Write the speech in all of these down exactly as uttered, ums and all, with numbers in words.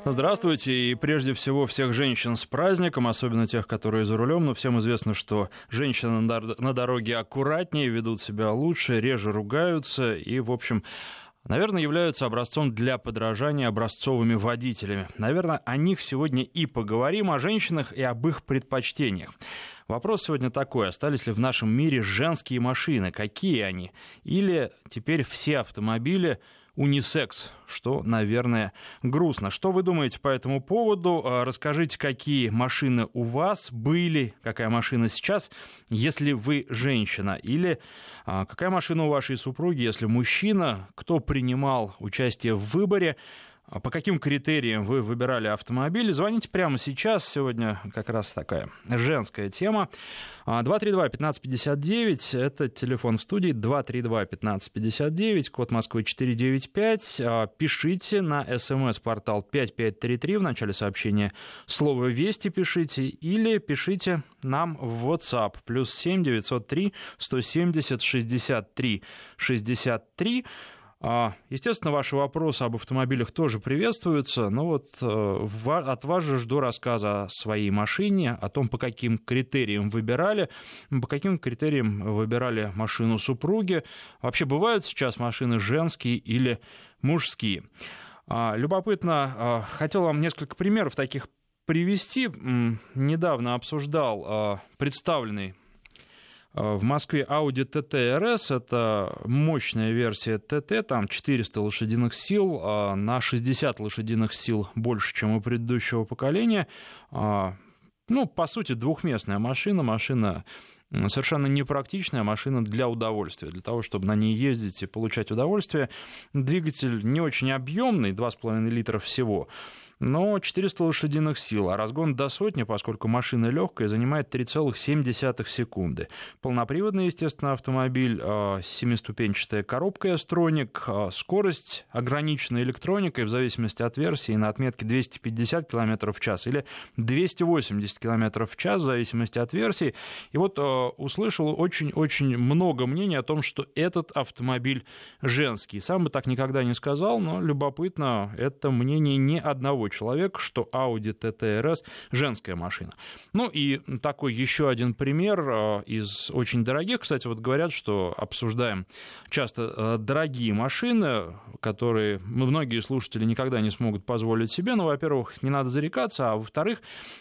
Здравствуйте, и прежде всего всех женщин с праздником, особенно тех, которые за рулем. Но всем известно, что женщины на дороге аккуратнее, ведут себя лучше, реже ругаются и, в общем, наверное, являются образцом для подражания, образцовыми водителями. Наверное, о них сегодня и поговорим, о женщинах и об их предпочтениях. Вопрос сегодня такой: остались ли в нашем мире женские машины? Какие они? Или теперь все автомобили унисекс, что, наверное, грустно. Что вы думаете по этому поводу? Расскажите, какие машины у вас были, какая машина сейчас, если вы женщина, или какая машина у вашей супруги, если мужчина, кто принимал участие в выборе, по каким критериям вы выбирали автомобиль. Звоните прямо сейчас. Сегодня как раз такая женская тема. два три два пятнадцать пятьдесят девять. Это телефон в студии. два три два пятнадцать пятьдесят девять. Код Москвы четыреста девяносто пять. Пишите на смс-портал пять пять три три. В начале сообщения слово «Вести» пишите. Или пишите нам в WhatsApp. Плюс семь девятьсот три сто семьдесят шестьдесят три шестьдесят три. Естественно, ваши вопросы об автомобилях тоже приветствуются, но вот от вас же жду рассказа о своей машине, о том, по каким критериям выбирали, по каким критериям выбирали машину супруги. Вообще, бывают сейчас машины женские или мужские? Любопытно, хотел вам несколько примеров таких привести. Недавно обсуждал представленный в Москве Audi ти ти эр эс, это мощная версия ти ти, там четыреста лошадиных сил, на шестьдесят лошадиных сил больше, чем у предыдущего поколения. Ну, по сути, двухместная машина, машина совершенно непрактичная, машина для удовольствия, для того, чтобы на ней ездить и получать удовольствие. Двигатель не очень объемный, два с половиной литра всего, но четыреста лошадиных сил, а разгон до сотни, поскольку машина легкая, занимает три целых семь десятых секунды. Полноприводный, естественно, автомобиль, семиступенчатая коробка S-Tronic, скорость ограничена электроникой в зависимости от версии на отметке двести пятьдесят километров в час или двести восемьдесят километров в час в зависимости от версии. И вот услышал очень-очень много мнений о том, что этот автомобиль женский. Сам бы так никогда не сказал, но любопытно, это мнение не одного человека, что Audi ти ти эр эс женская машина. Ну и такой еще один пример из очень дорогих. Кстати, вот говорят, что обсуждаем часто дорогие машины, которые многие слушатели никогда не смогут позволить себе. Ну, во-первых, не надо зарекаться, а во-вторых,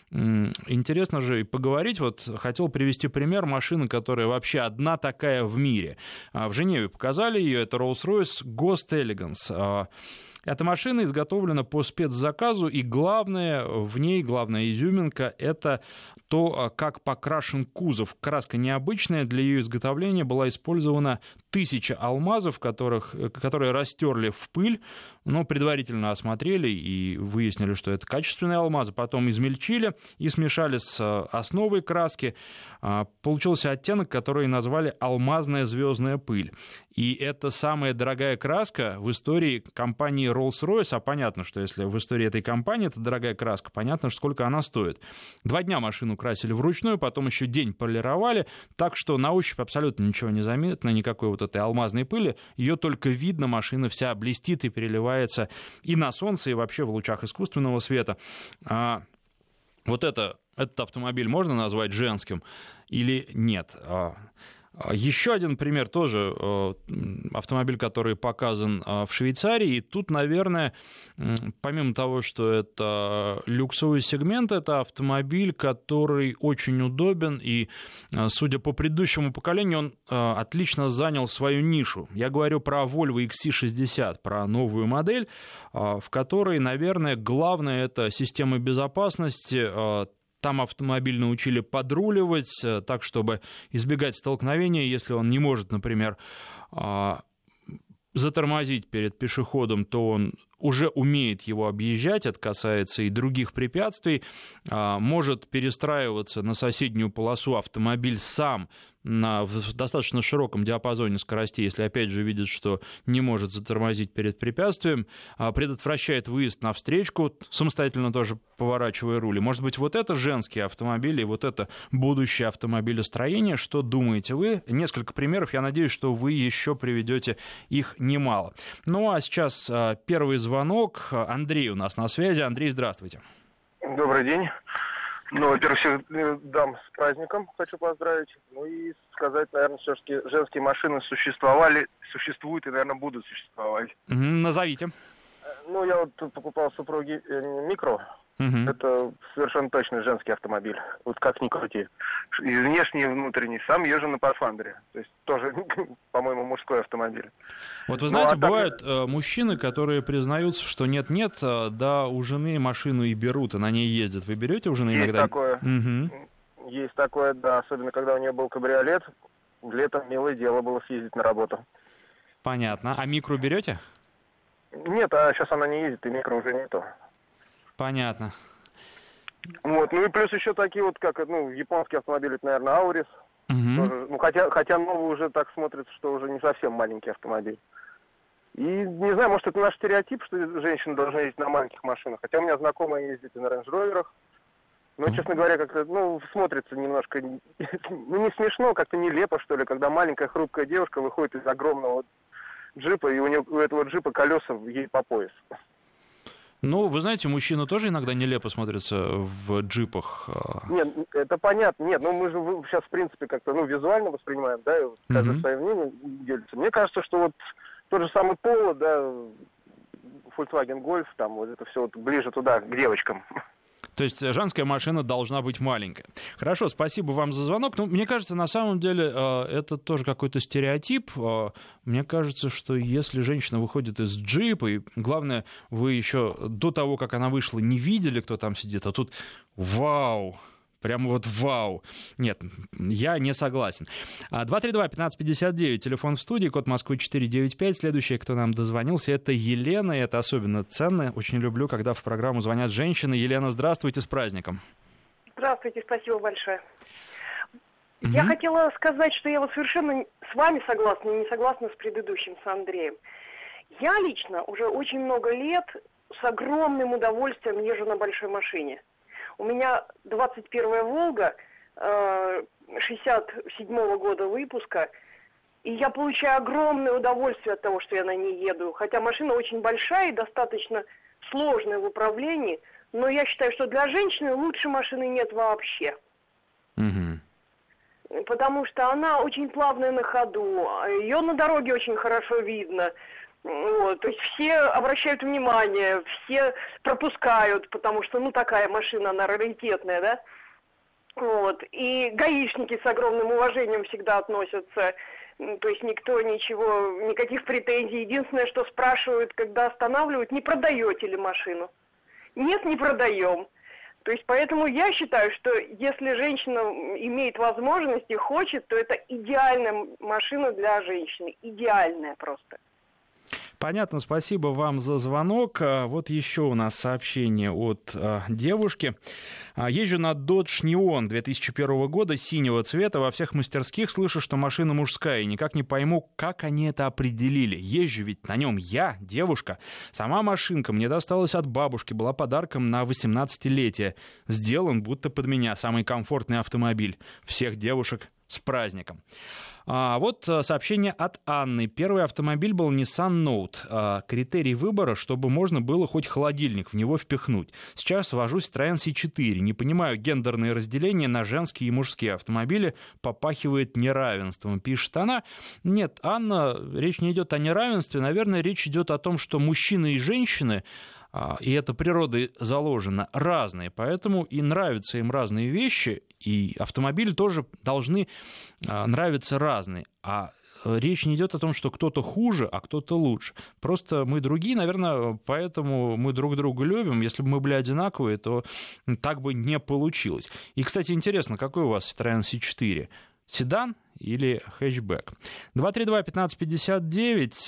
интересно же и поговорить. Вот хотел привести пример машины, которая вообще одна такая в мире. В Женеве показали ее, это Rolls-Royce Ghost Elegance. Эта машина изготовлена по спецзаказу, и главное в ней, главная изюминка, это то, как покрашен кузов. Краска необычная, для ее изготовления была использована тысяча алмазов, которых, которые растерли в пыль, но предварительно осмотрели и выяснили, что это качественные алмазы, потом измельчили и смешали с основой краски. Получился оттенок, который назвали «алмазная звездная пыль». И это самая дорогая краска в истории компании Rolls-Royce, а понятно, что если в истории этой компании это дорогая краска, понятно, сколько она стоит. Два дня машину красили вручную, потом еще день полировали, так что на ощупь абсолютно ничего не заметно, никакой вот этой алмазной пыли, ее только видно, машина вся блестит и переливается и на солнце, и вообще в лучах искусственного света. А вот это, этот автомобиль можно назвать женским или нет? Еще один пример, тоже автомобиль, который показан в Швейцарии. И тут, наверное, помимо того, что это люксовый сегмент, это автомобиль, который очень удобен. И, судя по предыдущему поколению, он отлично занял свою нишу. Я говорю про Volvo икс си шестьдесят, про новую модель, в которой, наверное, главное — это система безопасности. Там автомобиль научили подруливать так, чтобы избегать столкновения, если он не может, например, затормозить перед пешеходом, то он уже умеет его объезжать, это касается и других препятствий, может перестраиваться на соседнюю полосу автомобиль сам на, в достаточно широком диапазоне скоростей, если опять же видит, что не может затормозить перед препятствием, предотвращает выезд на встречку, самостоятельно тоже поворачивая руль. Может быть, вот это женские автомобили, вот это будущее автомобилестроение. Что думаете вы? Несколько примеров, я надеюсь, что вы еще приведете их немало. Ну а сейчас первый звонок звонок. Андрей у нас на связи. Андрей, здравствуйте. Добрый день. Ну, во-первых, всех дам с праздником хочу поздравить. Ну и сказать, наверное, все-таки женские машины существовали, существуют и, наверное, будут существовать. Назовите. Ну, я вот покупал супруге микро. Угу. Это совершенно точно женский автомобиль. Вот как ни крути. И внешний, и внутренний. Сам езжу на Pathfinder. То есть тоже, по-моему, мужской автомобиль. Вот вы знаете, ну, а бывают так... э, мужчины, которые признаются, что нет-нет, э, да у жены машину и берут, и на ней ездят. Вы берете у жены Есть иногда? Такое. Угу. Есть такое, да. Особенно, когда у нее был кабриолет. Летом милое дело было съездить на работу. Понятно. А микро берете? Нет, а сейчас она не ездит, и микро уже нету. Понятно. Вот, ну и плюс еще такие вот, как, ну, японские автомобили, это, наверное, Аурис. Угу. Тоже, ну, хотя, хотя новый уже так смотрится, что уже не совсем маленький автомобиль. И, не знаю, может, это наш стереотип, что женщины должны ездить на маленьких машинах. Хотя у меня знакомые ездят и на рейндж-роверах. Но, угу. честно говоря, как-то, ну, смотрится немножко, ну, не смешно, как-то нелепо, что ли, когда маленькая хрупкая девушка выходит из огромного джипа, и у, нее, у этого джипа колеса ей по пояс. Ну, вы знаете, мужчины тоже иногда нелепо смотрятся в джипах. Нет, это понятно. Нет, ну мы же сейчас, в принципе, как-то, ну, визуально воспринимаем, да, и каждое uh-huh. свое мнение делится. Мне кажется, что вот тот же самый Polo, да, Volkswagen Golf, там, вот это все вот ближе туда, к девочкам. То есть женская машина должна быть маленькая. Хорошо, спасибо вам за звонок. Ну, мне кажется, на самом деле это тоже какой-то стереотип. Мне кажется, что если женщина выходит из джипа, и главное, вы еще до того, как она вышла, не видели, кто там сидит, а тут вау! Прямо вот вау. Нет, я не согласен. два три два пятнадцать пятьдесят девять, телефон в студии, код Москвы четыреста девяносто пять. Следующий, кто нам дозвонился, это Елена, и это особенно ценно. Очень люблю, когда в программу звонят женщины. Елена, здравствуйте, с праздником. Здравствуйте, спасибо большое. Mm-hmm. Я хотела сказать, что я вот совершенно с вами согласна, не согласна с предыдущим, с Андреем. Я лично уже очень много лет с огромным удовольствием езжу на большой машине. У меня двадцать первая «Волга», шестьдесят седьмого года выпуска, и я получаю огромное удовольствие от того, что я на ней еду. Хотя машина очень большая и достаточно сложная в управлении, но я считаю, что для женщины лучше машины нет вообще. Угу. Потому что она очень плавная на ходу, ее на дороге очень хорошо видно. Вот, то есть все обращают внимание, все пропускают, потому что, ну, такая машина, она раритетная, да? Вот, и гаишники с огромным уважением всегда относятся, то есть никто ничего, никаких претензий. Единственное, что спрашивают, когда останавливают, не продаете ли машину? Нет, не продаем. То есть поэтому я считаю, что если женщина имеет возможность и хочет, то это идеальная машина для женщины, идеальная просто. Понятно, спасибо вам за звонок. Вот еще у нас сообщение от э, девушки. Езжу на Dodge Neon две тысячи первого года, синего цвета. Во всех мастерских слышу, что машина мужская. И никак не пойму, как они это определили. Езжу ведь на нем я, девушка. Сама машинка мне досталась от бабушки, была подарком на восемнадцатилетие. Сделан будто под меня. Самый комфортный автомобиль. Всех девушек с праздником. А вот сообщение от Анны. Первый автомобиль был Nissan Note. А, критерий выбора, чтобы можно было хоть холодильник в него впихнуть. Сейчас вожусь Citroёn си четыре. Не понимаю гендерное разделение на женские и мужские автомобили. Попахивает неравенством, пишет она. Нет, Анна, речь не идет о неравенстве. Наверное, речь идет о том, что мужчины и женщины, и это природой заложено, разные, поэтому и нравятся им разные вещи, и автомобили тоже должны нравиться разные. А речь не идет о том, что кто-то хуже, а кто-то лучше. Просто мы другие, наверное, поэтому мы друг друга любим. Если бы мы были одинаковые, то так бы не получилось. И, кстати, интересно, какой у вас Citroёn си четыре? Седан или хэтчбэк? два три два пятнадцать пятьдесят девять...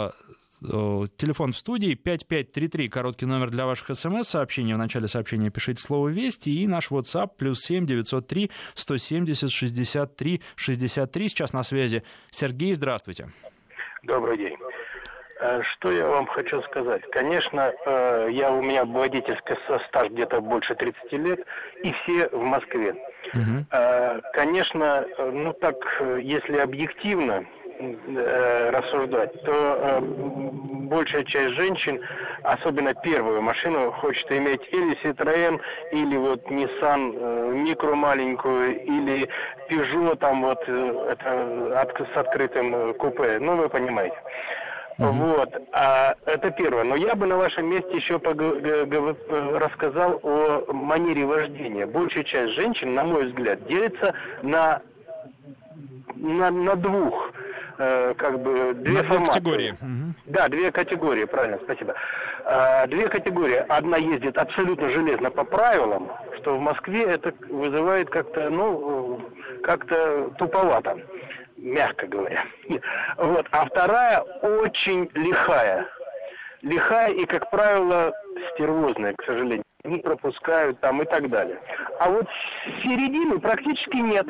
Телефон в студии пять пять три три, короткий номер для ваших смс-сообщений. В начале сообщения пишите слово «Вести». И наш WhatsApp плюс семь девятьсот три сто семьдесят шестьдесят три шестьдесят три. Сейчас на связи Сергей, здравствуйте. Добрый день. Что я вам хочу сказать? Конечно, я, у меня водительский стаж где-то больше тридцати лет, и все в Москве. Угу. Конечно, ну так, если объективно, э, рассуждать, то э, большая часть женщин, особенно первую машину, хочет иметь или Citroën, или вот Nissan э, микро маленькую, или Peugeot там вот э, это от, с открытым э, купе. Ну, вы понимаете. Mm-hmm. Вот, а, это первое. Но я бы на вашем месте еще пог- г- рассказал о манере вождения. Большая часть женщин, на мой взгляд, делится на, на, на двух, э, как бы, две формации. Категории. Mm-hmm. Да, две категории, правильно, спасибо. А, две категории. Одна ездит абсолютно железно по правилам, что в Москве это вызывает как-то, ну, как-то туповато, мягко говоря. Вот. А вторая очень лихая. Лихая и, как правило, стервозная, к сожалению. Не пропускают там и так далее. А вот середины практически нет.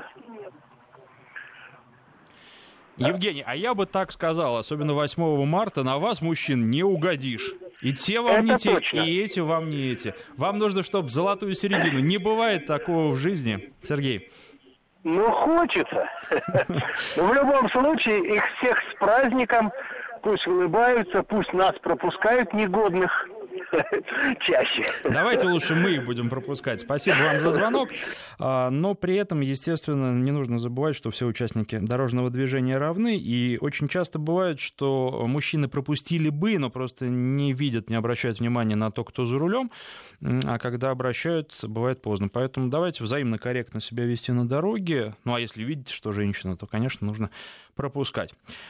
Евгений, а я бы так сказал, особенно восьмого марта, на вас, мужчин, не угодишь. И те вам Это не те, точно. и эти вам не эти. Вам нужно, чтобы золотую середину. Не бывает такого в жизни, Сергей. Ну, хочется. Но в любом случае, их всех с праздником. Пусть улыбаются, пусть нас пропускают негодных чаще. Давайте лучше мы их будем пропускать. Спасибо вам за звонок. Но при этом, естественно, не нужно забывать, что все участники дорожного движения равны. И очень часто бывает, что мужчины пропустили бы, но просто не видят, не обращают внимания на то, кто за рулем. А когда обращают, бывает поздно. Поэтому давайте взаимно корректно себя вести на дороге. Ну, а если видите, что женщина, то, конечно, нужно пропускать.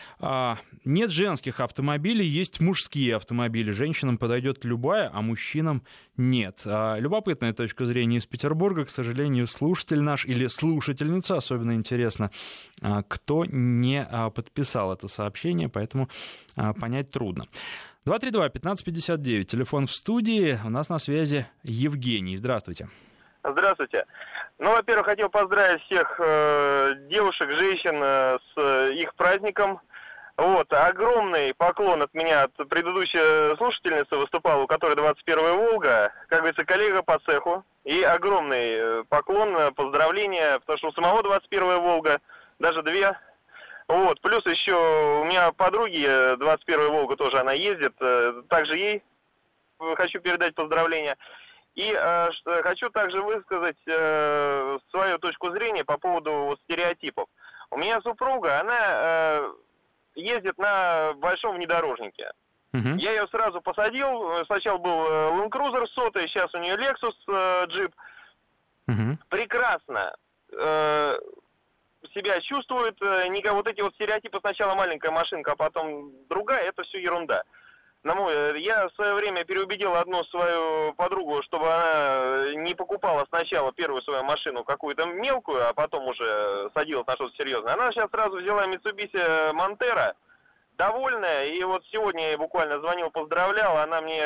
Нет женских автомобилей, есть мужские автомобили. Женщинам подойдет любая, а мужчинам нет. Любопытная точка зрения из Петербурга. К сожалению, слушатель наш или слушательница, особенно интересно, кто не подписал это сообщение, поэтому понять трудно. два три два пятнадцать пятьдесят девять, телефон в студии. У нас на связи Евгений. Здравствуйте. Здравствуйте. Ну, во-первых, хотел поздравить всех э, девушек, женщин э, с э, их праздником. Вот, огромный поклон от меня, от предыдущей слушательницы выступала, у которой двадцать первая «Волга», как говорится, коллега по цеху. И огромный поклон, поздравления, потому что у самого двадцать первая «Волга», даже две. Вот, плюс еще у меня подруги, двадцать первая «Волга» тоже она ездит, также ей хочу передать поздравления. И э, хочу также высказать э, свою точку зрения по поводу вот, стереотипов. У меня супруга, она э, ездит на большом внедорожнике. Uh-huh. Я ее сразу посадил. Сначала был Land Cruiser сотый, сейчас у нее Lexus э, джип. Uh-huh. Прекрасно э, себя чувствует. Не, вот эти вот стереотипы, сначала маленькая машинка, а потом другая, это все ерунда. На мой, я в свое время переубедил одну свою подругу, чтобы она не покупала сначала первую свою машину, какую-то мелкую, а потом уже садилась на что-то серьезное. Она сейчас сразу взяла Mitsubishi Montero, довольная, и вот сегодня я буквально звонил, поздравлял, она мне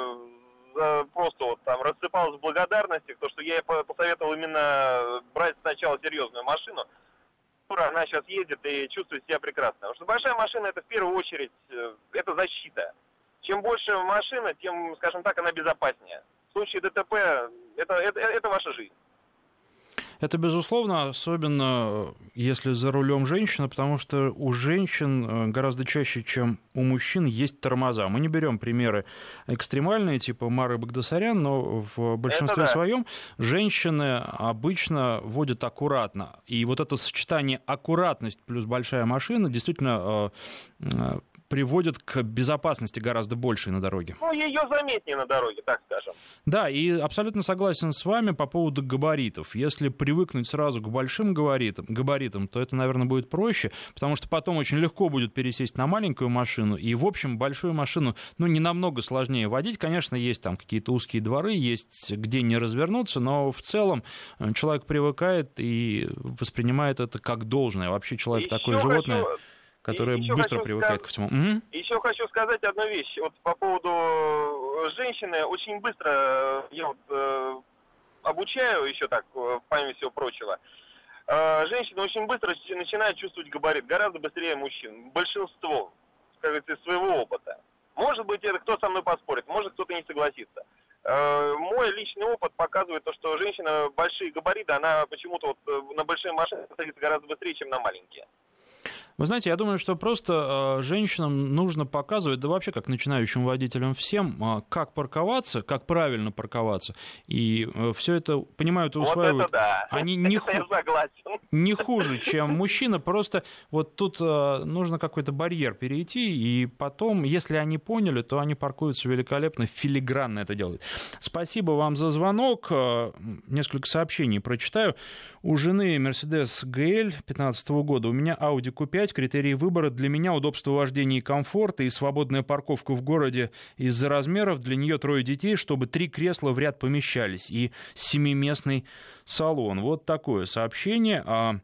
просто вот там рассыпалась в благодарности, потому что я ей посоветовал именно брать сначала серьезную машину. Она сейчас ездит и чувствует себя прекрасно. Потому что большая машина, это в первую очередь, это защита. Чем больше машина, тем, скажем так, она безопаснее. В случае ДТП это, это, это ваша жизнь. Это, безусловно, особенно если за рулем женщина, потому что у женщин гораздо чаще, чем у мужчин, есть тормоза. Мы не берем примеры экстремальные, типа Мары Багдасарян, но в большинстве да. своем женщины обычно водят аккуратно. И вот это сочетание аккуратность плюс большая машина действительно приводит к безопасности гораздо большей на дороге. Ну, ее заметнее на дороге, так скажем. Да, и абсолютно согласен с вами по поводу габаритов. Если привыкнуть сразу к большим габаритам, габаритам, то это, наверное, будет проще, потому что потом очень легко будет пересесть на маленькую машину, и, в общем, большую машину, ну, не намного сложнее водить. Конечно, есть там какие-то узкие дворы, есть где не развернуться, но в целом человек привыкает и воспринимает это как должное. Вообще человек Еще такое животное... Хочу... которая еще быстро привыкает сказ... ко всему. Угу. Еще хочу сказать одну вещь. Вот по поводу женщины. Очень быстро я вот, э, обучаю еще так, помимо всего прочего. Э, женщины очень быстро начинают чувствовать габарит. Гораздо быстрее мужчин. Большинство, как говорится, из своего опыта. Может быть, это кто со мной поспорит, может кто-то не согласится. Э, мой личный опыт показывает то, что женщина большие габариты, она почему-то вот на большие машины садится гораздо быстрее, чем на маленькие. Вы знаете, я думаю, что просто э, женщинам нужно показывать, да вообще как начинающим водителям всем, э, как парковаться, как правильно парковаться. И э, все это понимают и усваивают. Вот это да. Они не, это ху... не хуже, чем мужчина. Просто вот тут э, нужно какой-то барьер перейти. И потом, если они поняли, то они паркуются великолепно, филигранно это делают. Спасибо вам за звонок. Э, несколько сообщений прочитаю. У жены Mercedes джи эл пятнадцатого года, у меня Audi кью пять. Критерии выбора для меня удобство вождения и комфорт, и свободная парковка в городе из-за размеров. Для нее трое детей, чтобы три кресла в ряд помещались, и семиместный салон. Вот такое сообщение.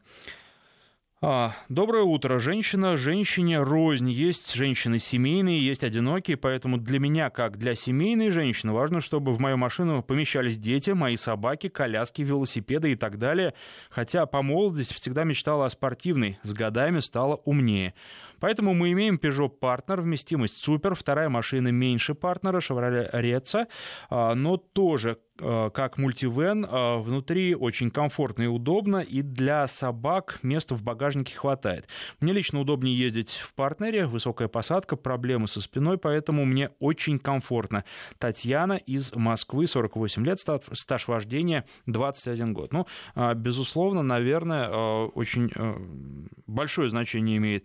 А, доброе утро. Женщина женщине рознь. Есть женщины семейные, есть одинокие, поэтому для меня, как для семейной женщины, важно, чтобы в мою машину помещались дети, мои собаки, коляски, велосипеды и так далее. Хотя по молодости всегда мечтала о спортивной, с годами стала умнее. Поэтому мы имеем Peugeot Partner, вместимость супер, вторая машина меньше Partner, Chevrolet Rezza, но тоже как мультивэн, внутри очень комфортно и удобно, и для собак места в багажнике хватает. Мне лично удобнее ездить в Партнере, высокая посадка, проблемы со спиной, поэтому мне очень комфортно. Татьяна из Москвы, сорок восемь лет, стаж вождения двадцать один год. Ну, безусловно, наверное, очень большое значение имеет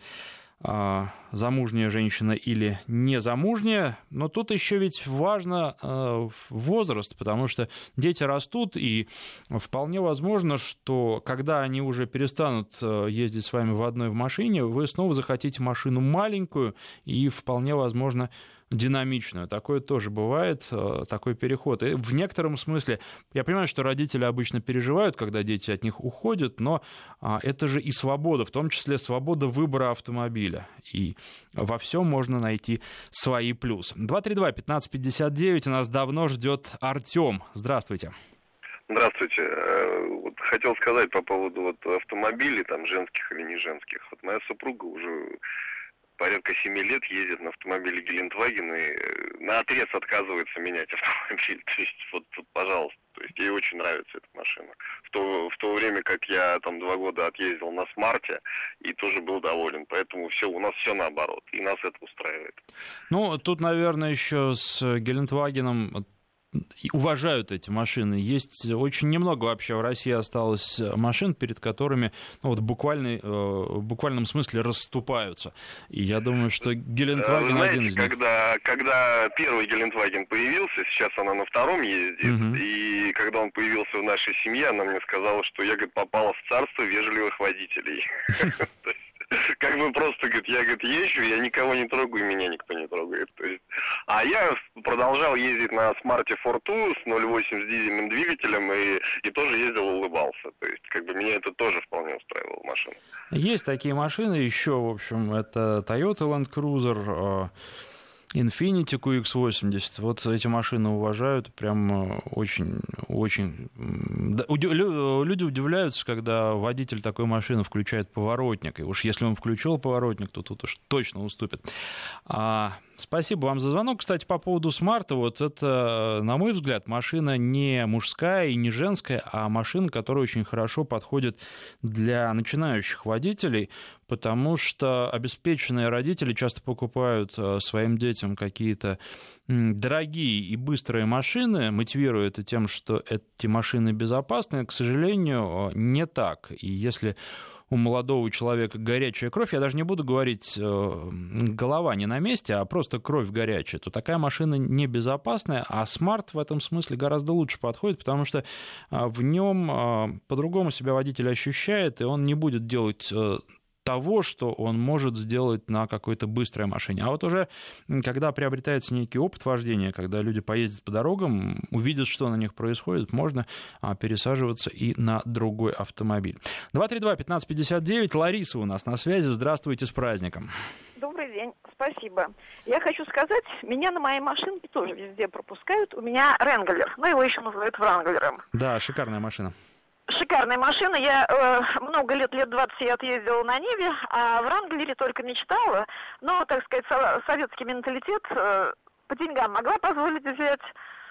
замужняя женщина или незамужняя, но тут еще ведь важно э, возраст, потому что дети растут, и вполне возможно, что когда они уже перестанут ездить с вами в одной в машине, вы снова захотите машину маленькую и вполне возможно динамичную. Такое тоже бывает, такой переход. И в некотором смысле, я понимаю, что родители обычно переживают, когда дети от них уходят, но это же и свобода, в том числе свобода выбора автомобиля. И во всем можно найти свои плюсы. два три два пятнадцать пятьдесят девять у нас давно ждет Артем. Здравствуйте. Здравствуйте. Вот хотел сказать по поводу вот автомобилей, там, женских или не женских. Вот моя супруга уже порядка семи лет ездит на автомобиле Гелендваген и наотрез отказывается менять автомобиль. То есть, вот, вот, пожалуйста, то есть ей очень нравится эта машина. В то, в то время, как я там два года отъездил на Смарте и тоже был доволен. Поэтому все, у нас все наоборот. И нас это устраивает. Ну, тут, наверное, еще с Гелендвагеном уважают эти машины. Есть очень немного вообще в России осталось машин, перед которыми ну, вот, буквально, в буквальном смысле расступаются. И я думаю, что Гелендваген знаете, один из них. Когда, когда первый Гелендваген появился, сейчас она на втором ездит, угу. И когда он появился в нашей семье, она мне сказала, что я, говорит, попала в царство вежливых водителей. Как бы просто, говорит, я, говорит, езжу, я никого не трогаю, меня никто не трогает. То есть, а я продолжал ездить на смарте Fortwo с ноль восемь с дизельным двигателем и, и тоже ездил, улыбался. То есть, как бы меня это тоже вполне устраивало машина. Есть такие машины еще, в общем, это Toyota Land Cruiser, Infiniti кью икс восемьдесят. Вот эти машины уважают, прям очень, очень... Люди удивляются, когда водитель такой машины включает поворотник. И уж если он включил поворотник, то тут уж точно уступит. А... Спасибо вам за звонок. Кстати, по поводу смарта, вот это, на мой взгляд, машина не мужская и не женская, а машина, которая очень хорошо подходит для начинающих водителей, потому что обеспеченные родители часто покупают своим детям какие-то дорогие и быстрые машины, мотивируя это тем, что эти машины безопасны. К сожалению, не так. И если у молодого человека горячая кровь, я даже не буду говорить голова не на месте, а просто кровь горячая, то такая машина небезопасная, а смарт в этом смысле гораздо лучше подходит, потому что в нем по-другому себя водитель ощущает, и он не будет делать того, что он может сделать на какой-то быстрой машине. А вот уже когда приобретается некий опыт вождения, когда люди поездят по дорогам, увидят, что на них происходит, можно пересаживаться и на другой автомобиль. два три два пятнадцать пятьдесят девять. Лариса у нас на связи. Здравствуйте, с праздником. Добрый день, спасибо. Я хочу сказать, меня на моей машинке тоже везде пропускают. У меня Ренглер, ну его еще называют Вранглером. Да, шикарная машина. Шикарная машина. Я э, много лет, лет двадцать я отъездила на Ниве, а в Вранглере только мечтала. Но, так сказать, со- советский менталитет э, по деньгам могла позволить взять.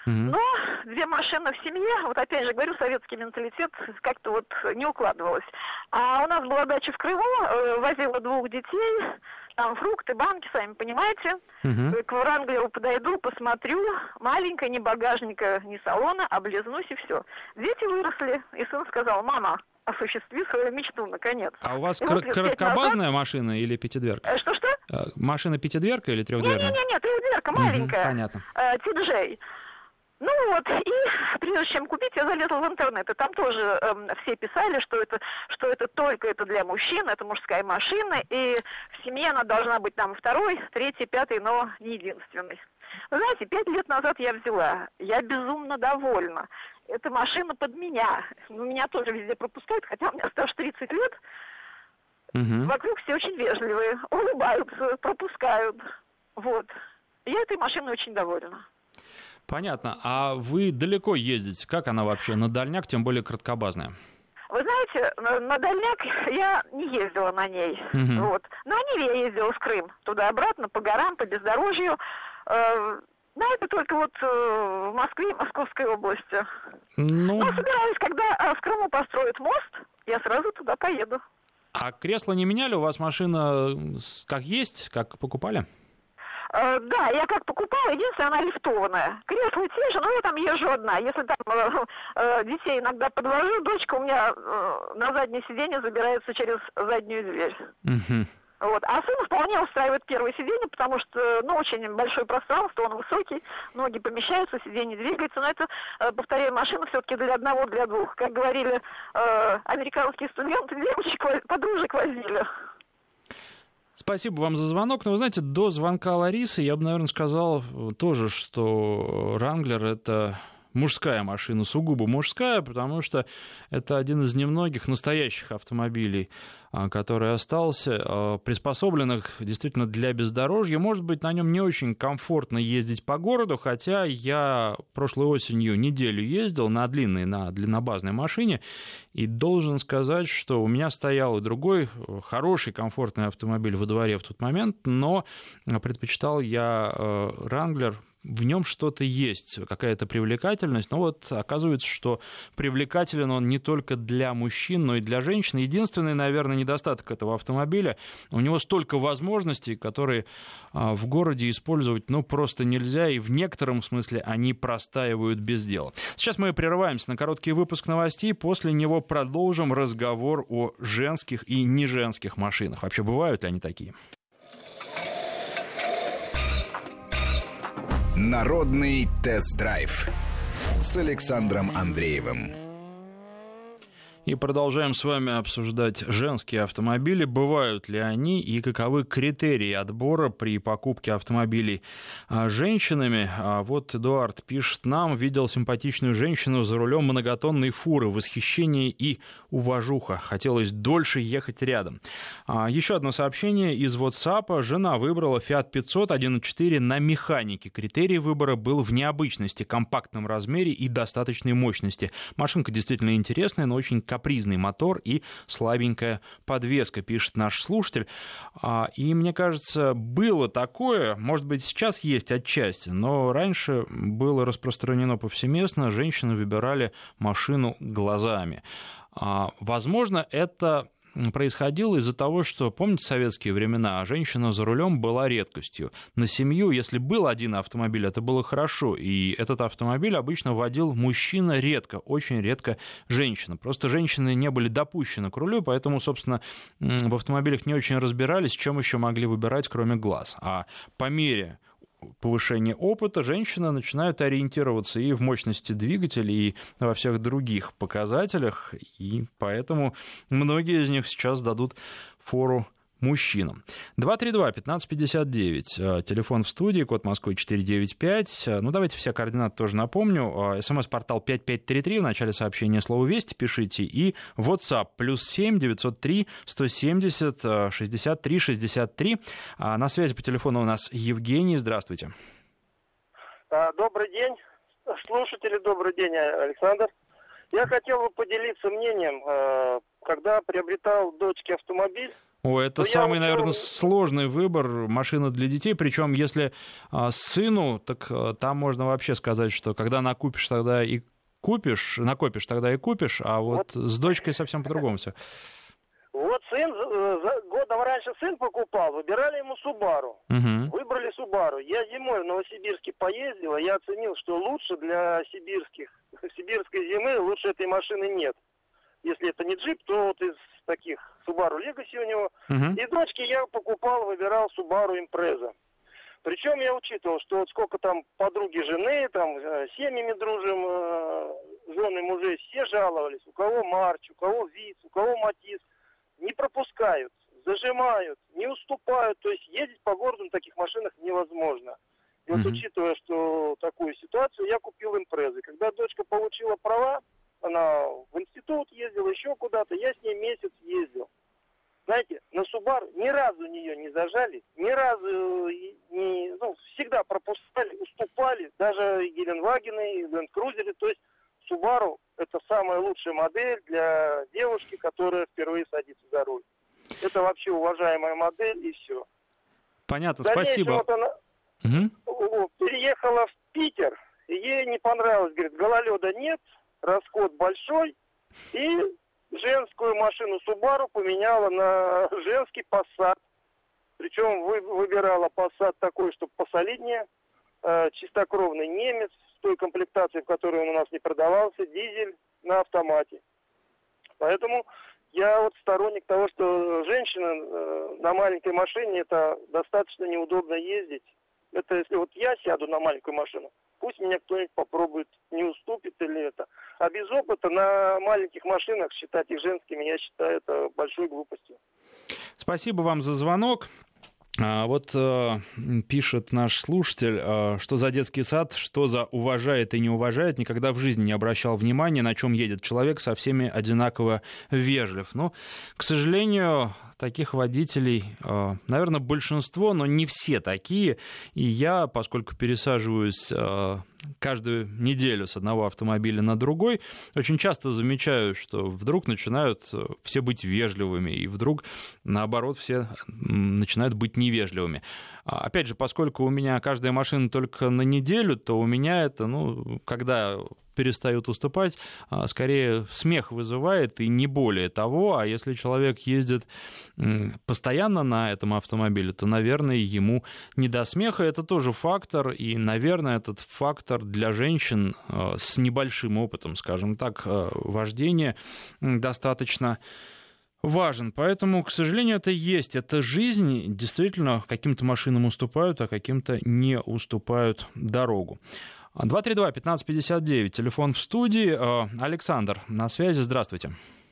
Но две машины в семье, вот опять же говорю, советский менталитет как-то вот не укладывалось. А у нас была дача в Крыму, возила двух детей, там фрукты, банки, сами понимаете. Uh-huh. К Вранглеру подойду, посмотрю, маленькая, ни багажника, ни салона, облизнусь и все. Дети выросли, и сын сказал: мама, осуществи свою мечту, наконец. А у вас кор- вот, короткобазная назад... машина или пятидверка? Что-что? Машина пятидверка или трехдверная? Не-не-не, трехдверка, маленькая. Uh-huh, понятно. Ти-Джей. Ну вот, и прежде чем купить, я залезла в интернет, и там тоже э, все писали, что это, что это только это для мужчин, это мужская машина, и в семье она должна быть там второй, третий, пятый, но не единственный. Вы знаете, пять лет назад я взяла, я безумно довольна. Эта машина под меня, ну, меня тоже везде пропускают, хотя у меня стаж тридцать лет. Угу. Вокруг все очень вежливые, улыбаются, пропускают. Вот. Я этой машиной очень довольна. Понятно. А вы далеко ездите? Как она вообще? На дальняк, тем более краткобазная? Вы знаете, на, на дальняк я не ездила на ней. Uh-huh. Вот. На Ниве я ездила в Крым. Туда-обратно, по горам, по бездорожью. Э, но это только вот э, в Москве и Московской области. Ну... Но собираюсь, когда э, в Крыму построят мост, я сразу туда поеду. А кресло не меняли? У вас машина как есть, как покупали? Uh, да, я как покупала, единственное, она лифтованная. Кресла те же, но я там езжу одна. Если там uh, uh, детей иногда подвожу, дочка у меня uh, на заднее сиденье забирается через заднюю дверь. Uh-huh. Вот. А сын вполне устраивает первое сиденье, потому что, ну, очень большое пространство, он высокий, ноги помещаются, сиденье двигается. Но это, uh, повторяю, машина все-таки для одного, для двух. Как говорили uh, американские студенты, девочек, подружек возили. Спасибо вам за звонок. Но вы знаете, до звонка Ларисы я бы, наверное, сказал тоже, что Wrangler — это мужская машина, сугубо мужская, потому что это один из немногих настоящих автомобилей, который остался, приспособленных действительно для бездорожья. Может быть, на нем не очень комфортно ездить по городу, хотя я прошлой осенью неделю ездил на длинной, на длиннобазной машине, и должен сказать, что у меня стоял и другой хороший, комфортный автомобиль во дворе в тот момент, но предпочитал я Wrangler. В нем что-то есть, какая-то привлекательность, но вот оказывается, что привлекателен он не только для мужчин, но и для женщин. Единственный, наверное, недостаток этого автомобиля — у него столько возможностей, которые в городе использовать ну просто нельзя, и в некотором смысле они простаивают без дела. Сейчас мы прерываемся на короткий выпуск новостей, после него продолжим разговор о женских и неженских машинах. Вообще, бывают ли они такие? Народный тест-драйв с Александром Андреевым. И продолжаем с вами обсуждать женские автомобили. Бывают ли они и каковы критерии отбора при покупке автомобилей женщинами? А вот Эдуард пишет нам: видел симпатичную женщину за рулем многотонной фуры. Восхищение и уважуха. Хотелось дольше ехать рядом. А еще одно сообщение из WhatsApp. Жена выбрала Fiat пятьсот один и четыре на механике. Критерий выбора был в необычности, компактном размере и достаточной мощности. Машинка действительно интересная, но очень капризный мотор и слабенькая подвеска, пишет наш слушатель. И мне кажется, было такое, может быть, сейчас есть отчасти, но раньше было распространено повсеместно, женщины выбирали машину глазами. Возможно, это происходило из-за того, что, помните, советские времена, женщина за рулем была редкостью. На семью, если был один автомобиль, это было хорошо, и этот автомобиль обычно водил мужчина редко, очень редко женщина. Просто женщины не были допущены к рулю, поэтому, собственно, в автомобилях не очень разбирались, чем еще могли выбирать, кроме глаз. А по мере повышения опыта женщины начинают ориентироваться и в мощности двигателя, и во всех других показателях, и поэтому многие из них сейчас дадут фору мужчинам. два три два пятнадцать пятьдесят девять, телефон в студии, код Москвы четыреста девяносто пять. Ну, давайте все координаты тоже напомню. СМС-портал пять пять три три, в начале сообщения слово «Вести» пишите, и WhatsApp плюс семь девятьсот три сто семьдесят шестьдесят три шестьдесят три. На связи по телефону у нас Евгений. Здравствуйте. Добрый день, слушатели, добрый день, Александр. Я хотел бы поделиться мнением, когда приобретал дочке автомобиль. О, это Но самый, я... наверное, сложный выбор машина для детей. Причем, если а, сыну, так а, там можно вообще сказать, что когда накупишь, тогда и купишь, накопишь, тогда и купишь, а вот, вот... с дочкой совсем по-другому все. Вот сын, годом раньше сын покупал, выбирали ему Subaru. Угу. Выбрали Subaru. Я зимой в Новосибирске поездил, и я оценил, что лучше для сибирских, сибирской зимы лучше этой машины нет. Если это не джип, то вот из таких Subaru Legacy у него. Uh-huh. И дочке я покупал, выбирал Subaru Impreza. Причем я учитывал, что вот сколько там подруги жены, там с семьями дружим, жены мужей, все жаловались. У кого Марч, у кого Виц, у кого Матис. Не пропускают, зажимают, не уступают. То есть ездить по городу на таких машинах невозможно. И вот uh-huh. учитывая, что такую ситуацию, я купил Impreza. Когда дочка получила права, она в институт ездила, еще куда-то. Я с ней месяц ездил. Знаете, на Subaru ни разу нее не зажали, ни разу не, ну, всегда пропускали, уступали, даже Геленвагены, Ленд Крузеры. То есть Subaru это самая лучшая модель для девушки, которая впервые садится за руль. Это вообще уважаемая модель и все. Понятно, спасибо. Вот она угу. переехала в Питер, и ей не понравилось, говорит, гололеда нет, расход большой, и женскую машину Subaru поменяла на женский Passat. Причем вы, выбирала Passat такой, чтобы посолиднее, э, чистокровный немец, с той комплектацией, в которой он у нас не продавался, дизель на автомате. Поэтому я вот сторонник того, что женщина э, на маленькой машине, это достаточно неудобно ездить. Это если вот я сяду на маленькую машину, пусть меня кто-нибудь попробует, не уступит или это. А без опыта на маленьких машинах считать их женскими, я считаю, это большой глупостью. Спасибо вам за звонок. А вот э, пишет наш слушатель, э, что за детский сад, что за уважает и не уважает, никогда в жизни не обращал внимания, на чем едет человек, со всеми одинаково вежлив. Ну, к сожалению, таких водителей, э, наверное, большинство, но не все такие. И я, поскольку пересаживаюсь э, каждую неделю с одного автомобиля на другой, очень часто замечаю, что вдруг начинают все быть вежливыми, и вдруг, наоборот, все начинают быть невежливыми. Опять же, поскольку у меня каждая машина только на неделю, то у меня это, ну, когда перестают уступать, скорее смех вызывает, и не более того. А если человек ездит постоянно на этом автомобиле, то, наверное, ему не до смеха. Это тоже фактор, и, наверное, этот фактор для женщин с небольшим опытом, скажем так, вождения достаточно важен. Поэтому, к сожалению, это есть. Это жизнь. Действительно, каким-то машинам уступают, а каким-то не уступают дорогу. два три два пятнадцать пятьдесят девять, телефон в студии. Александр на связи, здравствуйте.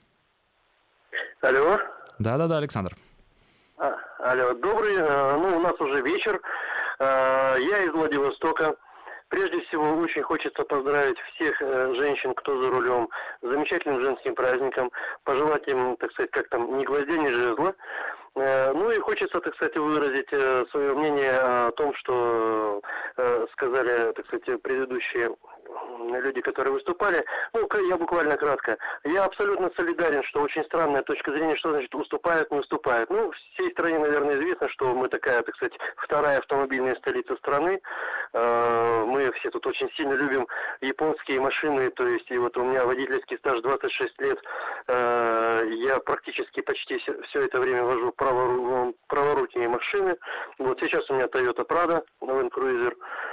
Алло. Да-да-да, Александр. А, алло, добрый, ну, у нас уже вечер. Я из Владивостока. Прежде всего, очень хочется поздравить всех женщин, кто за рулем, с замечательным женским праздником, пожелать им, так сказать, как там, ни гвоздя, ни жезла. Ну и хочется, так сказать, выразить свое мнение о том, что сказали, так сказать, предыдущие люди, которые выступали. Ну, я буквально кратко. Я абсолютно солидарен, что очень странная точка зрения, что значит уступают, не уступают. Ну, всей стране, наверное, известно, что мы такая, так сказать, вторая автомобильная столица страны. Мы все тут очень сильно любим японские машины, то есть, и вот у меня водительский стаж двадцать шесть лет. Я практически почти все это время вожу праворульные машины. Вот сейчас у меня Toyota Prado, Land Cruiser.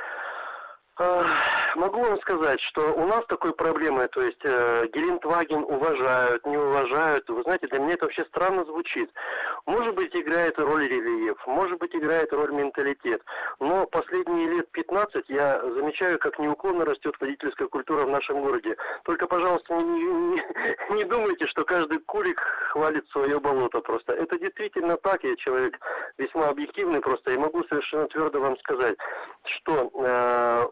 Могу вам сказать, что у нас такой проблемы, то есть э, Гелендваген уважают, не уважают. Вы знаете, для меня это вообще странно звучит. Может быть, играет роль рельеф, может быть, играет роль менталитет. Но последние лет пятнадцать я замечаю, как неуклонно растет водительская культура в нашем городе. Только, пожалуйста, не, не, не думайте, что каждый кулик хвалит свое болото просто. Это действительно так. Я человек весьма объективный просто и могу совершенно твердо вам сказать, что... Э,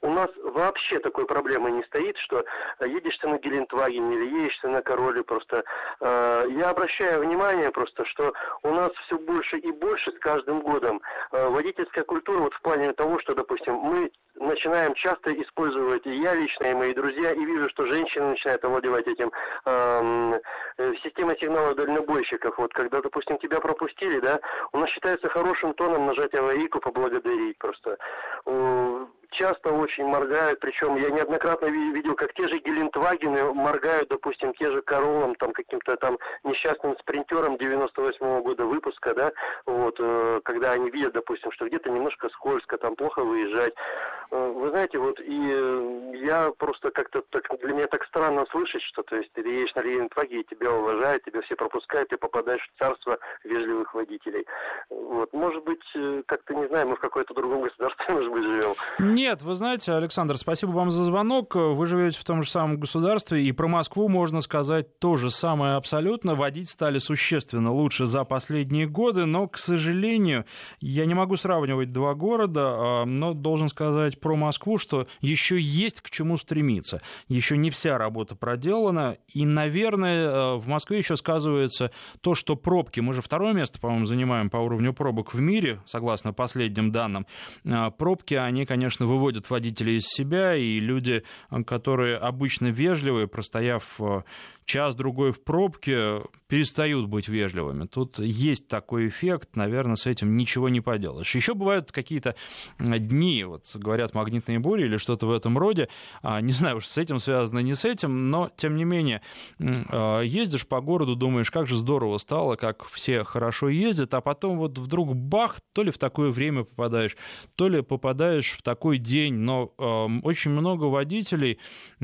у нас вообще такой проблемы не стоит, что едешь ты на Гелендвагене или едешь ты на Короле просто. Э, я обращаю внимание просто, что у нас все больше и больше с каждым годом э, водительская культура вот в плане того, что, допустим, мы начинаем часто использовать, и я лично, и мои друзья, и вижу, что женщины начинают овладевать этим э, э, системой сигналов дальнобойщиков. Вот когда, допустим, тебя пропустили, да, у нас считается хорошим тоном нажать аварийку, поблагодарить просто. Э, часто очень моргают, причем я неоднократно видел, как те же Гелендвагены моргают, допустим, те же Королам, там, каким-то там несчастным спринтером девяносто восьмого года выпуска, да, вот, э, когда они видят, допустим, что где-то немножко скользко, там плохо выезжать. Э, вы знаете, вот, и э, я просто как-то, так, для меня так странно слышать, что, то есть, ты едешь на Гелендваге, и тебя уважают, тебя все пропускают, ты попадаешь в царство вежливых водителей. Вот, может быть, э, как-то, не знаю, мы в какой-то другом государстве, может быть, живем. Нет, вы знаете, Александр, спасибо вам за звонок. Вы живете в том же самом государстве, и про Москву можно сказать то же самое абсолютно. Водить стали существенно лучше за последние годы, но, к сожалению, я не могу сравнивать два города, но должен сказать про Москву, что еще есть к чему стремиться. Еще не вся работа проделана, и, наверное, в Москве еще сказывается то, что пробки, мы же второе место, по-моему, занимаем по уровню пробок в мире, согласно последним данным, пробки, они, конечно, выводят водителей из себя, и люди, которые обычно вежливые, простояв час-другой в пробке, перестают быть вежливыми. Тут есть такой эффект, наверное, с этим ничего не поделаешь. Еще бывают какие-то дни, вот говорят, магнитные бури или что-то в этом роде, не знаю уж, с этим связано, не с этим, но, тем не менее, ездишь по городу, думаешь, как же здорово стало, как все хорошо ездят, а потом вот вдруг бах, то ли в такое время попадаешь, то ли попадаешь в такой день, но очень много водителей,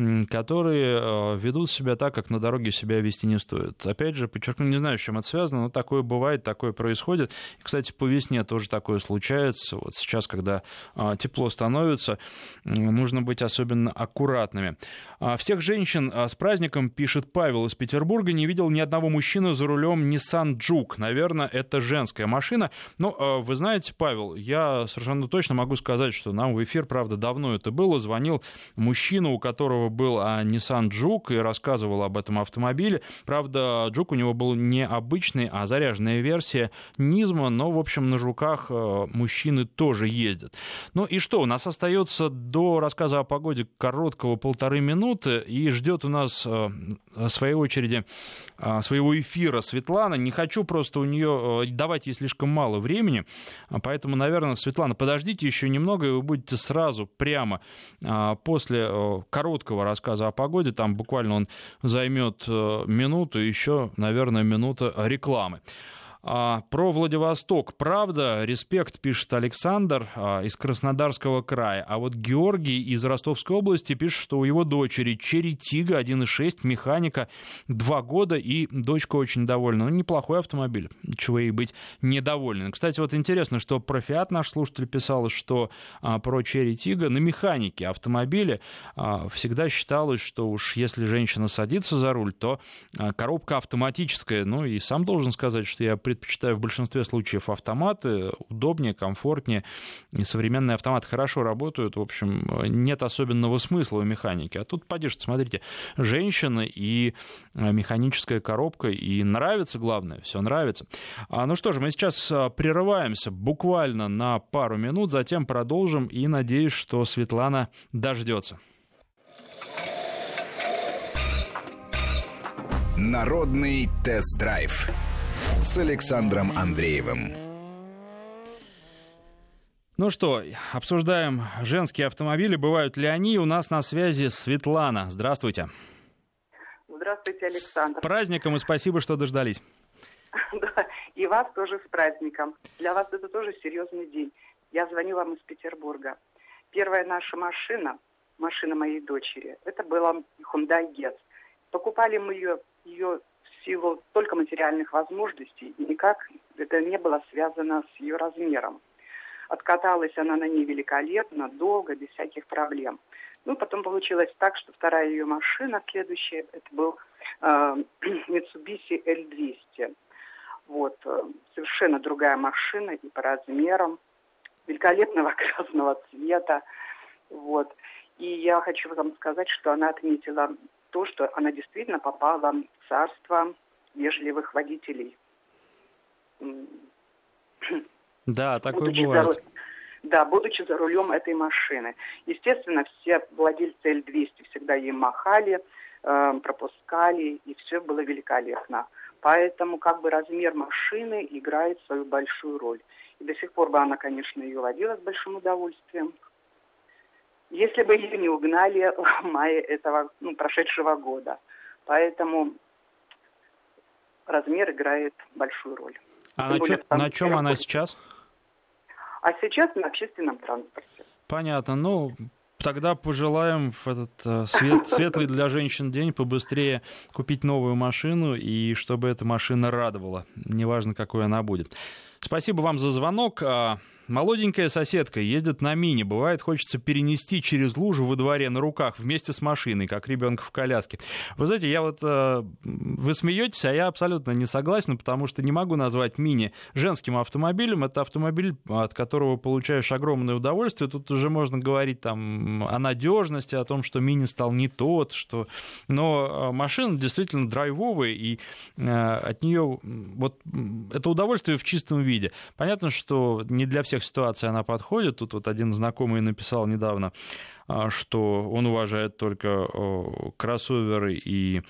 которые ведут себя так, как на дороге себя вести не стоит. Опять же, подчеркну, не знаю, с чем это связано, но такое бывает, такое происходит. И, кстати, по весне тоже такое случается. Вот сейчас, когда а, тепло становится, нужно быть особенно аккуратными. А, всех женщин а, с праздником, пишет Павел из Петербурга, не видел ни одного мужчины за рулем Nissan Juke. Наверное, это женская машина. Но а, вы знаете, Павел, я совершенно точно могу сказать, что нам в эфир, правда, давно это было, звонил мужчина, у которого был а, Nissan Juke, и рассказывал об этом автомобиле. Правда, Juke у него был не обычный, а заряженная версия Низма, но, в общем, на Жуках мужчины тоже ездят. Ну и что, у нас остается до рассказа о погоде короткого полторы минуты, и ждет у нас, в своей очереди, своего эфира Светлана. Не хочу просто у нее давать ей слишком мало времени, поэтому, наверное, Светлана, подождите еще немного, и вы будете сразу, прямо после короткого рассказа о погоде, там буквально он займет минуту, еще, наверное, минута рекламы. Про Владивосток. Правда, респект, пишет Александр из Краснодарского края. А вот Георгий из Ростовской области пишет, что у его дочери Черри Тига один и шесть, механика, два года, и дочка очень довольна. Ну, неплохой автомобиль, чего ей быть недовольным. Кстати, вот интересно, что про Фиат наш слушатель писал, что а, про Черри Тига на механике автомобиля а, всегда считалось, что уж если женщина садится за руль, то а, коробка автоматическая. Ну, и сам должен сказать, что я предпочитаю в большинстве случаев автоматы, удобнее, комфортнее, и современные автоматы хорошо работают, в общем, нет особенного смысла в механике. А тут, поди, смотрите, женщины и механическая коробка, и нравится, главное, все нравится. А, ну что же, мы сейчас прерываемся буквально на пару минут, затем продолжим, и надеюсь, что Светлана дождется. Народный тест-драйв с Александром Андреевым. Ну что, обсуждаем женские автомобили. Бывают ли они? У нас на связи Светлана. Здравствуйте. Здравствуйте, Александр. С праздником и спасибо, что дождались. Да, и вас тоже с праздником. Для вас это тоже серьезный день. Я звоню вам из Петербурга. Первая наша машина, машина моей дочери, это была Hyundai Getz. Покупали мы ее, ее в силу только материальных возможностей, и никак это не было связано с ее размером. Откаталась она на ней великолепно, долго, без всяких проблем. Ну, потом получилось так, что вторая ее машина, следующая, это был э, Mitsubishi эл двести. Вот, э, совершенно другая машина и по размерам, великолепного красного цвета. Вот. И я хочу вам сказать, что она отметила то, что она действительно попала в царство вежливых водителей. Да, такое будучи бывает. За, да, будучи за рулем этой машины. Естественно, все владельцы Эль двести всегда ей махали, э, пропускали, и все было великолепно. Поэтому как бы размер машины играет свою большую роль. И до сих пор бы она, конечно, ее водила с большим удовольствием. Если бы ее не угнали в мае этого, ну, прошедшего года. Поэтому размер играет большую роль. А на, чё, на чем она сейчас? А сейчас на общественном транспорте. Понятно. Ну, тогда пожелаем в этот э, свет, светлый для женщин день побыстрее купить новую машину, и чтобы эта машина радовала, неважно, какой она будет. Спасибо вам за звонок. Молоденькая соседка ездит на мини. Бывает, хочется перенести через лужу во дворе на руках вместе с машиной, как ребенка в коляске. Вы знаете, я вот... Э, вы смеетесь, а я абсолютно не согласен, потому что не могу назвать мини женским автомобилем. Это автомобиль, от которого получаешь огромное удовольствие. Тут уже можно говорить там о надежности, о том, что мини стал не тот, что... Но машина действительно драйвовая, и э, от нее вот это удовольствие в чистом виде. Понятно, что не для всех ситуаций она подходит. Тут вот один знакомый написал недавно, что он уважает только кроссоверы и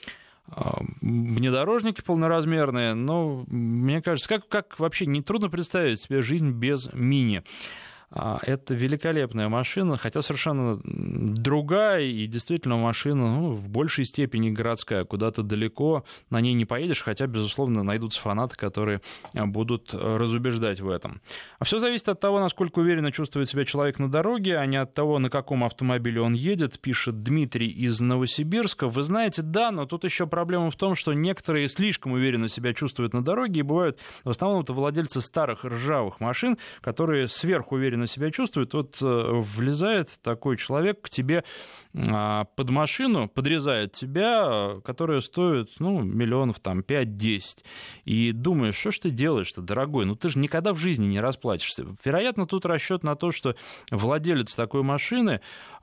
внедорожники полноразмерные, но мне кажется, как, как вообще нетрудно представить себе жизнь без мини. Это великолепная машина, хотя совершенно другая, и действительно машина, ну, в большей степени городская, куда-то далеко на ней не поедешь, хотя, безусловно, найдутся фанаты, которые будут разубеждать в этом. А все зависит от того, насколько уверенно чувствует себя человек на дороге, а не от того, на каком автомобиле он едет, пишет Дмитрий из Новосибирска. Вы знаете, да, но тут еще проблема в том, что некоторые слишком уверенно себя чувствуют на дороге, и бывают в основном это владельцы старых ржавых машин, которые сверхуверенно себя чувствует, вот влезает такой человек к тебе под машину, подрезает тебя, которая стоит, ну, миллионов там пять-десять, и думаешь, что ж ты делаешь-то, дорогой, ну ты же никогда в жизни не расплатишься. Вероятно, тут расчет на то, что владелец такой машины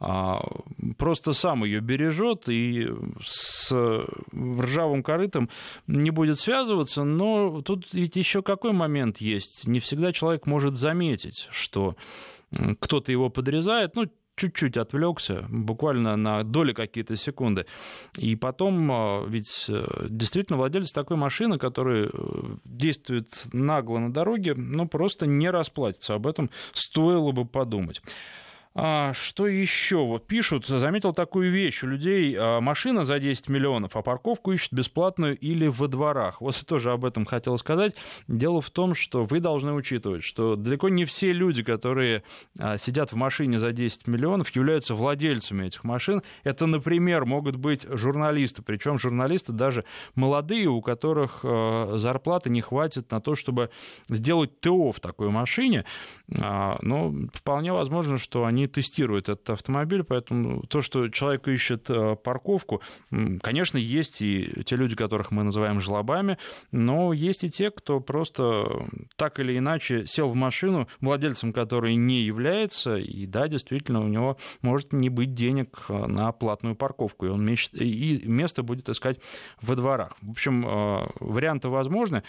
просто сам ее бережет и с ржавым корытом не будет связываться, но тут ведь еще какой момент есть? Не всегда человек может заметить, что кто-то его подрезает, ну, чуть-чуть отвлекся, буквально на доли какие-то секунды. И потом, ведь действительно владелец такой машины, который действует нагло на дороге, ну, просто не расплатится. Об этом стоило бы подумать. А что еще? Вот пишут, заметил такую вещь. У людей машина за десять миллионов, а парковку ищут бесплатную или во дворах. Вот тоже об этом хотел сказать. Дело в том, что вы должны учитывать, что далеко не все люди, которые сидят в машине за десять миллионов, являются владельцами этих машин. Это, например, могут быть журналисты, причем журналисты даже молодые, у которых зарплаты не хватит на то, чтобы сделать ТО в такой машине. Но вполне возможно, что они тестируют этот автомобиль, поэтому то, что человек ищет парковку, конечно, есть и те люди, которых мы называем жлобами, но есть и те, кто просто так или иначе сел в машину, владельцем которой не является, и да, действительно, у него может не быть денег на платную парковку, и он меч... и место будет искать во дворах. В общем, варианты возможны,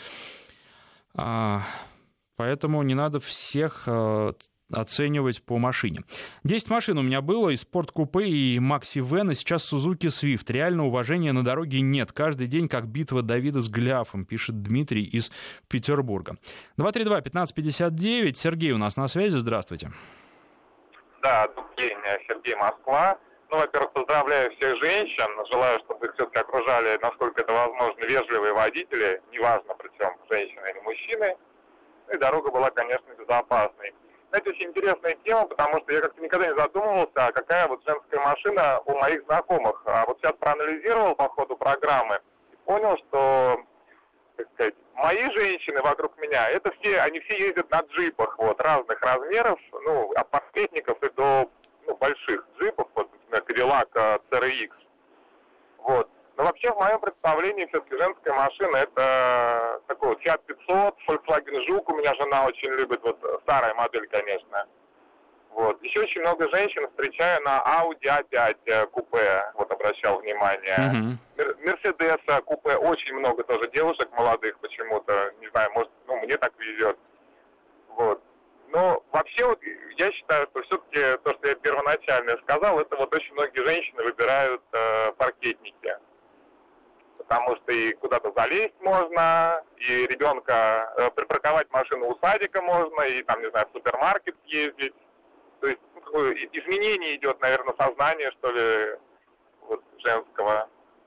поэтому не надо всех оценивать по машине. десять машин у меня было, и спорткупе, и макси-вэн, и сейчас Suzuki Swift. Реально уважения на дороге нет. Каждый день как битва Давида с Голиафом, пишет Дмитрий из Петербурга. два три два пятнадцать пятьдесят девять. Сергей у нас на связи. Здравствуйте. Да, добрый день, Сергей, Москва. Ну, во-первых, поздравляю всех женщин. Желаю, чтобы их все-таки окружали, насколько это возможно, вежливые водители. Неважно, причем, женщины или мужчины. И дорога была, конечно, безопасной. Это очень интересная тема, потому что я как-то никогда не задумывался, а какая вот женская машина у моих знакомых. А вот сейчас проанализировал по ходу программы и понял, что, так сказать, мои женщины вокруг меня, это все, они все ездят на джипах, вот, разных размеров, ну, от портретников и до, ну, больших джипов, вот, например, Cadillac си ар икс. Вот. Но вообще, в моем представлении, все-таки женская машина — это такой вот Fiat пятьсот, Volkswagen Жук, у меня жена очень любит, вот старая модель, конечно. Вот. Еще очень много женщин встречаю на Audi а пять купе, вот обращал внимание. Мерседес uh-huh. купе, очень много тоже девушек молодых почему-то, не знаю, может, ну, мне так везет. Вот. Но вообще вот я считаю, что все-таки то, что я первоначально сказал, это вот очень многие женщины выбирают э, паркетники. Потому что и куда-то залезть можно, и ребенка, э, припарковать машину у садика можно, и там, не знаю, в супермаркет съездить. То есть ну, изменение идет, наверное, сознание, что ли, вот, женского.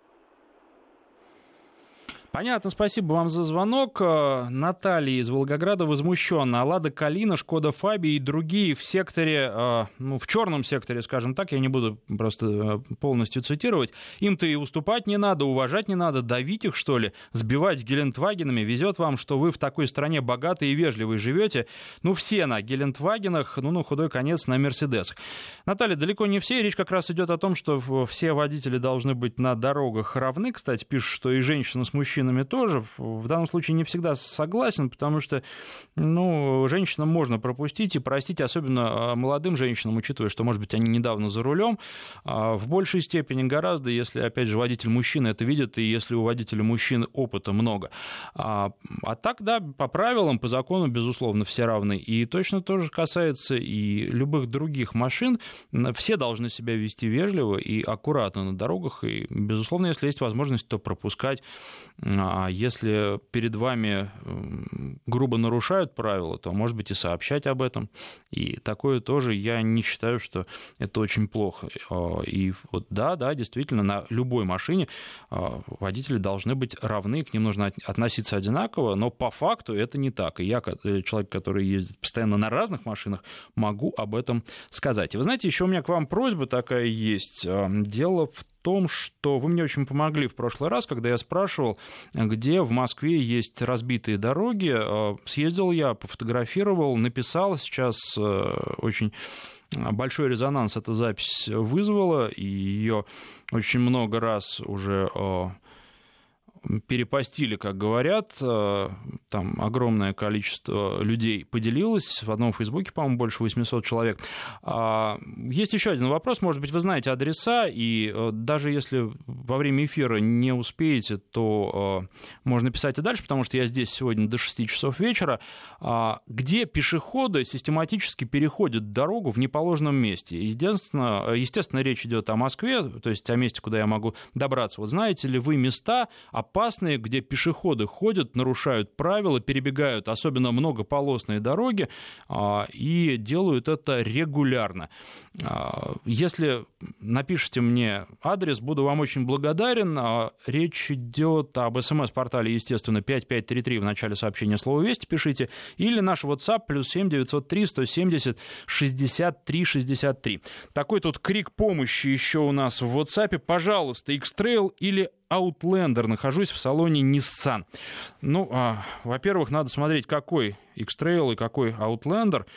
Понятно, спасибо вам за звонок. Наталья из Волгограда возмущена. Лада Калина, Шкода Фабия и другие в секторе, ну, в черном секторе, скажем так, я не буду просто полностью цитировать, им-то и уступать не надо, уважать не надо, давить их, что ли, сбивать Гелендвагенами. Везет вам, что вы в такой стране богатой и вежливой живете. Ну, все на Гелендвагенах, ну, на худой конец на Мерседесах. Наталья, далеко не все. Речь как раз идет о том, что все водители должны быть на дорогах равны. Кстати, пишут, что и женщины с мужчинами тоже. В данном случае не всегда согласен, потому что, ну, женщинам можно пропустить и простить, особенно молодым женщинам, учитывая, что, может быть, они недавно за рулем. В большей степени гораздо, если, опять же, водитель мужчина это видит, и если у водителя мужчины опыта много. А, а так, да, по правилам, по закону, безусловно, все равны. И точно то же касается и любых других машин. Все должны себя вести вежливо и аккуратно на дорогах. И, безусловно, если есть возможность, то пропускать. А если перед вами грубо нарушают правила, то, может быть, и сообщать об этом. И такое тоже я не считаю, что это очень плохо. И вот да, да, действительно, на любой машине водители должны быть равны, к ним нужно относиться одинаково, но по факту это не так. И я, человек, который ездит постоянно на разных машинах, могу об этом сказать. И вы знаете, еще у меня к вам просьба такая есть. Дело в том, том, что вы мне очень помогли в прошлый раз, когда я спрашивал, где в Москве есть разбитые дороги. Съездил я, пофотографировал, написал. Сейчас очень большой резонанс эта запись вызвала, и ее очень много раз уже перепостили, как говорят, там огромное количество людей поделилось, в одном фейсбуке, по-моему, больше восемьсот человек. Есть еще один вопрос, может быть, вы знаете адреса, и даже если во время эфира не успеете, то можно писать и дальше, потому что я здесь сегодня до шести часов вечера, где пешеходы систематически переходят дорогу в неположенном месте. Единственно, естественно, речь идет о Москве, то есть о месте, куда я могу добраться. Вот знаете ли вы места опасные, где пешеходы ходят, нарушают правила, перебегают особенно многополосные дороги и делают это регулярно? Если напишите мне адрес, буду вам очень благодарен. Речь идет об смс-портале, естественно, пять пять три три в начале сообщения слова «Вести» пишите, или наш WhatsApp плюс семь девятьсот три сто семьдесят шестьдесят три шестьдесят три. Такой тут крик помощи еще у нас в WhatsApp. Пожалуйста, X-Trail или Outlander. Нахожусь в салоне Nissan. Ну, а, во-первых, надо смотреть, какой X-Trail и какой Outlander.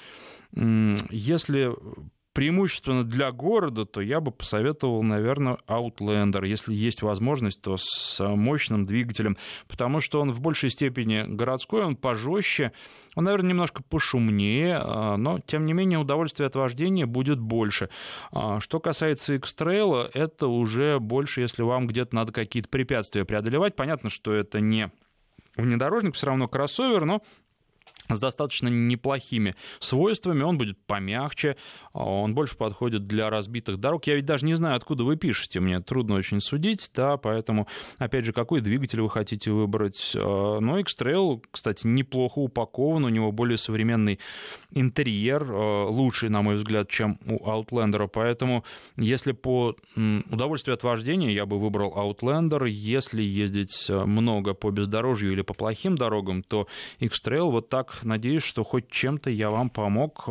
Если преимущественно для города, то я бы посоветовал, наверное, Outlander, если есть возможность, то с мощным двигателем, потому что он в большей степени городской, он пожестче, он, наверное, немножко пошумнее, но, тем не менее, удовольствие от вождения будет больше. Что касается X-Trail, это уже больше, если вам где-то надо какие-то препятствия преодолевать. Понятно, что это не внедорожник, все равно кроссовер, но с достаточно неплохими свойствами, он будет помягче, он больше подходит для разбитых дорог. Я ведь даже не знаю, откуда вы пишете, мне трудно очень судить, да, поэтому, опять же, какой двигатель вы хотите выбрать. Но X-Trail, кстати, неплохо упакован, у него более современный интерьер, лучший, на мой взгляд, чем у Outlander, поэтому, если по удовольствию от вождения, я бы выбрал Outlander, если ездить много по бездорожью или по плохим дорогам, то X-Trail вот так. Надеюсь, что хоть чем-то я вам помог.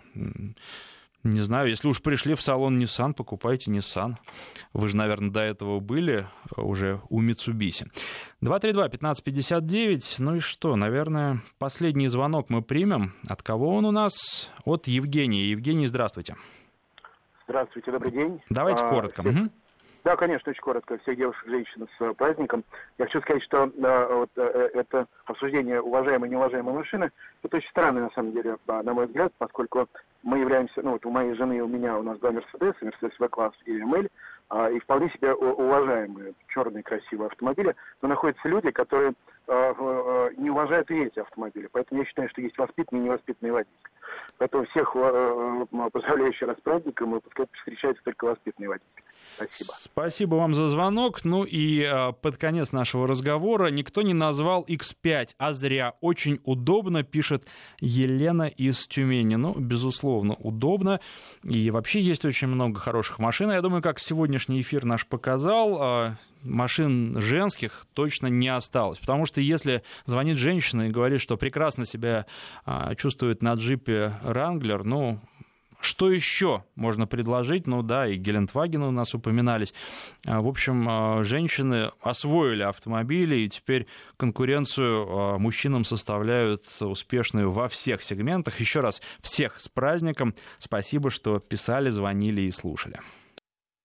Не знаю, если уж пришли в салон Nissan, покупайте Nissan. Вы же, наверное, до этого были уже у Mitsubishi. два три два пятнадцать пятьдесят девять. Ну и что, наверное, последний звонок мы примем. От кого он у нас? От Евгения. Евгений, здравствуйте. Здравствуйте, добрый день. Давайте а, коротко. Всех, угу. Да, конечно, очень коротко. Всех девушек и женщин с праздником. Я хочу сказать, что э, вот, э, это обсуждение уважаемой и неуважаемой машины, это очень странно, на самом деле, на мой взгляд, поскольку мы являемся, ну вот у моей жены и у меня, у нас два Мерседеса, Мерседес В-класс и эм эль, э, и вполне себе уважаемые, черные, красивые автомобили, но находятся люди, которые э, э, не уважают и эти автомобили. Поэтому я считаю, что есть воспитанные и невоспитанные водители. Поэтому всех э, поздравляю еще раз с праздником, и пускай встречаются только воспитанные водители. Спасибо. Спасибо вам за звонок. Ну и э, под конец нашего разговора никто не назвал икс пять, а зря. Очень удобно, пишет Елена из Тюмени. Ну, безусловно, удобно. И вообще есть очень много хороших машин. Я думаю, как сегодняшний эфир наш показал, э, машин женских точно не осталось. Потому что если звонит женщина и говорит, что прекрасно себя э, чувствует на джипе Wrangler, ну... Что еще можно предложить? Ну да, и Гелендвагены у нас упоминались. В общем, женщины освоили автомобили, и теперь конкуренцию мужчинам составляют успешную во всех сегментах. Еще раз, всех с праздником. Спасибо, что писали, звонили и слушали.